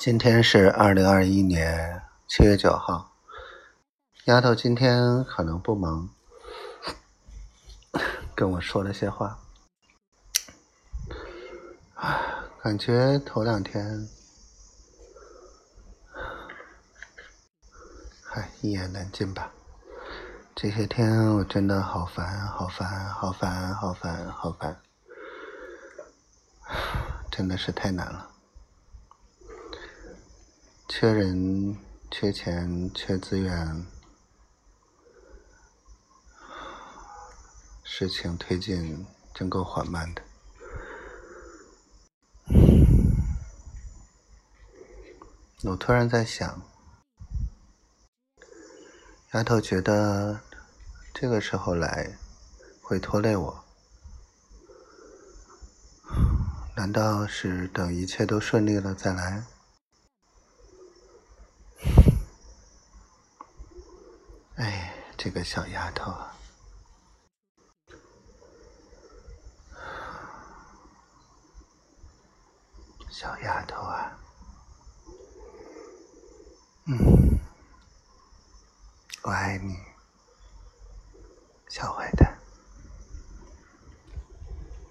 今天是2021年7月9号，丫头今天可能不忙，跟我说了些话，感觉头2天一言难尽吧。这些天我真的好烦，真的是太难了。缺人、缺钱、缺资源，事情推进真够缓慢的。我突然在想，丫头觉得这个时候来会拖累我，难道是等一切都顺利了再来？这个小丫头啊，小丫头啊，我爱你，小坏蛋。